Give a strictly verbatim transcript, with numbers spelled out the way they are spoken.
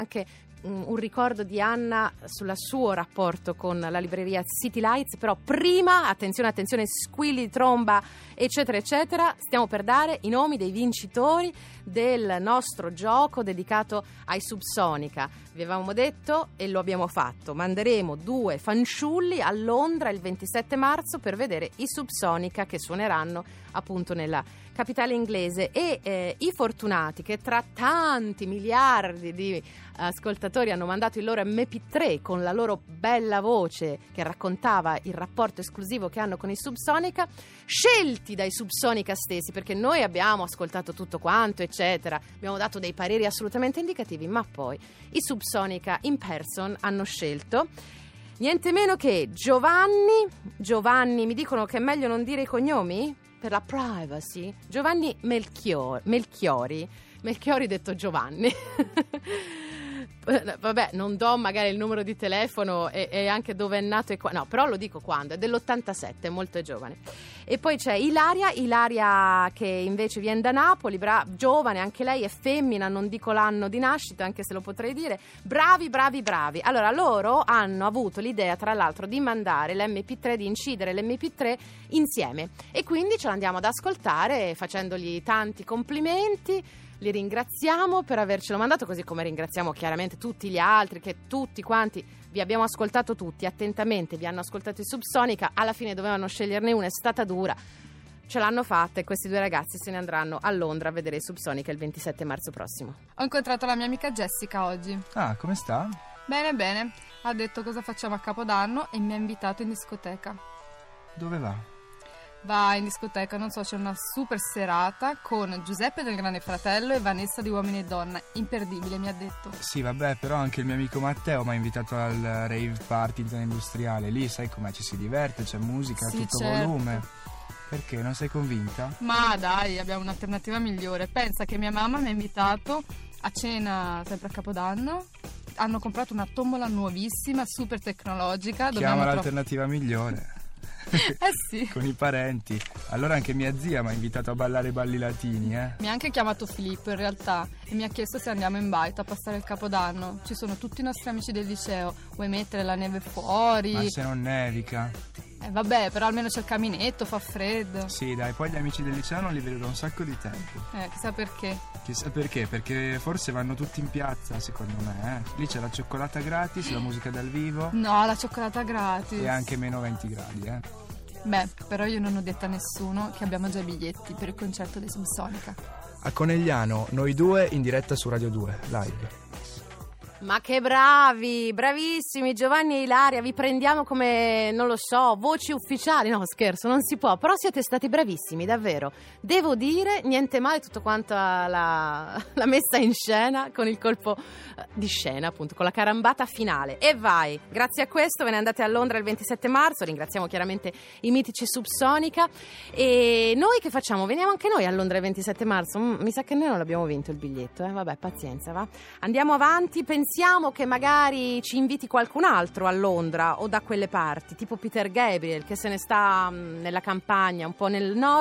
anche un ricordo di Anna sul suo rapporto con la libreria City Lights, però prima, attenzione, attenzione, squilli di tromba, eccetera, eccetera, stiamo per dare i nomi dei vincitori del nostro gioco dedicato ai Subsonica. Vi avevamo detto e lo abbiamo fatto, manderemo due fanciulli a Londra il ventisette marzo per vedere i Subsonica che suoneranno appunto nella capitale inglese, e eh, i fortunati che tra tanti miliardi di ascoltatori hanno mandato il loro emme pi tre con la loro bella voce che raccontava il rapporto esclusivo che hanno con i Subsonica, scelti dai Subsonica stessi, perché noi abbiamo ascoltato tutto quanto eccetera, abbiamo dato dei pareri assolutamente indicativi, ma poi i Subsonica in person hanno scelto niente meno che Giovanni Giovanni mi dicono che è meglio non dire i cognomi per la privacy. Giovanni Melchior, Melchiori Melchiori detto Giovanni vabbè, non do magari il numero di telefono e, e anche dove è nato e qua, no, però lo dico quando, è dell'ottantasette, è molto giovane. E poi c'è Ilaria Ilaria che invece viene da Napoli, bra- giovane, anche lei è femmina, non dico l'anno di nascita anche se lo potrei dire. Bravi, bravi, bravi. Allora loro hanno avuto l'idea tra l'altro di mandare l'emme pi tre, di incidere l'emme pi tre insieme, e quindi ce l'andiamo ad ascoltare facendogli tanti complimenti. Li ringraziamo per avercelo mandato, così come ringraziamo chiaramente tutti gli altri, che tutti quanti vi abbiamo ascoltato tutti attentamente, vi hanno ascoltato i Subsonica, alla fine dovevano sceglierne una, è stata dura, ce l'hanno fatta e questi due ragazzi se ne andranno a Londra a vedere i Subsonica il ventisette marzo prossimo. Ho incontrato la mia amica Jessica oggi. Ah, come sta? Bene, bene, ha detto cosa facciamo a Capodanno e mi ha invitato in discoteca. Dove va? Va in discoteca, non so, c'è una super serata con Giuseppe del Grande Fratello e Vanessa di Uomini e Donna, imperdibile, mi ha detto. Sì, vabbè, però anche il mio amico Matteo mi ha invitato al rave party in zona industriale. Lì sai com'è, ci si diverte, c'è musica a Sì, tutto certo. volume. Perché, non sei convinta? Ma dai, abbiamo un'alternativa migliore. Pensa che mia mamma mi ha invitato a cena sempre a Capodanno. Hanno comprato una tombola nuovissima, super tecnologica. Chiama tro- l'alternativa migliore. Eh sì. Con i parenti. Allora anche mia zia mi ha invitato a ballare i balli latini, eh. Mi ha anche chiamato Filippo in realtà e mi ha chiesto se andiamo in baita a passare il Capodanno. Ci sono tutti i nostri amici del liceo. Vuoi mettere la neve fuori? Ma se non nevica? Eh vabbè, però almeno c'è il caminetto, fa freddo. Sì, dai, poi gli amici del liceo non li vedo da un sacco di tempo. Eh, chissà perché. Chissà perché, perché forse vanno tutti in piazza, secondo me, eh. Lì c'è la cioccolata gratis, la musica dal vivo. No, la cioccolata gratis. E anche meno venti gradi, eh. Beh, però io non ho detto a nessuno che abbiamo già i biglietti per il concerto dei Subsonica. A Conegliano, noi due in diretta su Radio due, live. Ma che bravi, bravissimi Giovanni e Ilaria, vi prendiamo come, non lo so, voci ufficiali, no scherzo, non si può, però siete stati bravissimi, davvero. Devo dire, niente male tutto quanto la, la messa in scena con il colpo di scena, appunto, con la carambata finale. E vai, grazie a questo ve ne andate a Londra il ventisette marzo, ringraziamo chiaramente i mitici Subsonica. E noi che facciamo? Veniamo anche noi a Londra il ventisette marzo? Mm, mi sa che noi non l'abbiamo vinto il biglietto, eh? Vabbè, pazienza, va. Andiamo avanti, pensiamo Pensiamo che magari ci inviti qualcun altro a Londra o da quelle parti, tipo Peter Gabriel che se ne sta mh, nella campagna, un po' nel nord.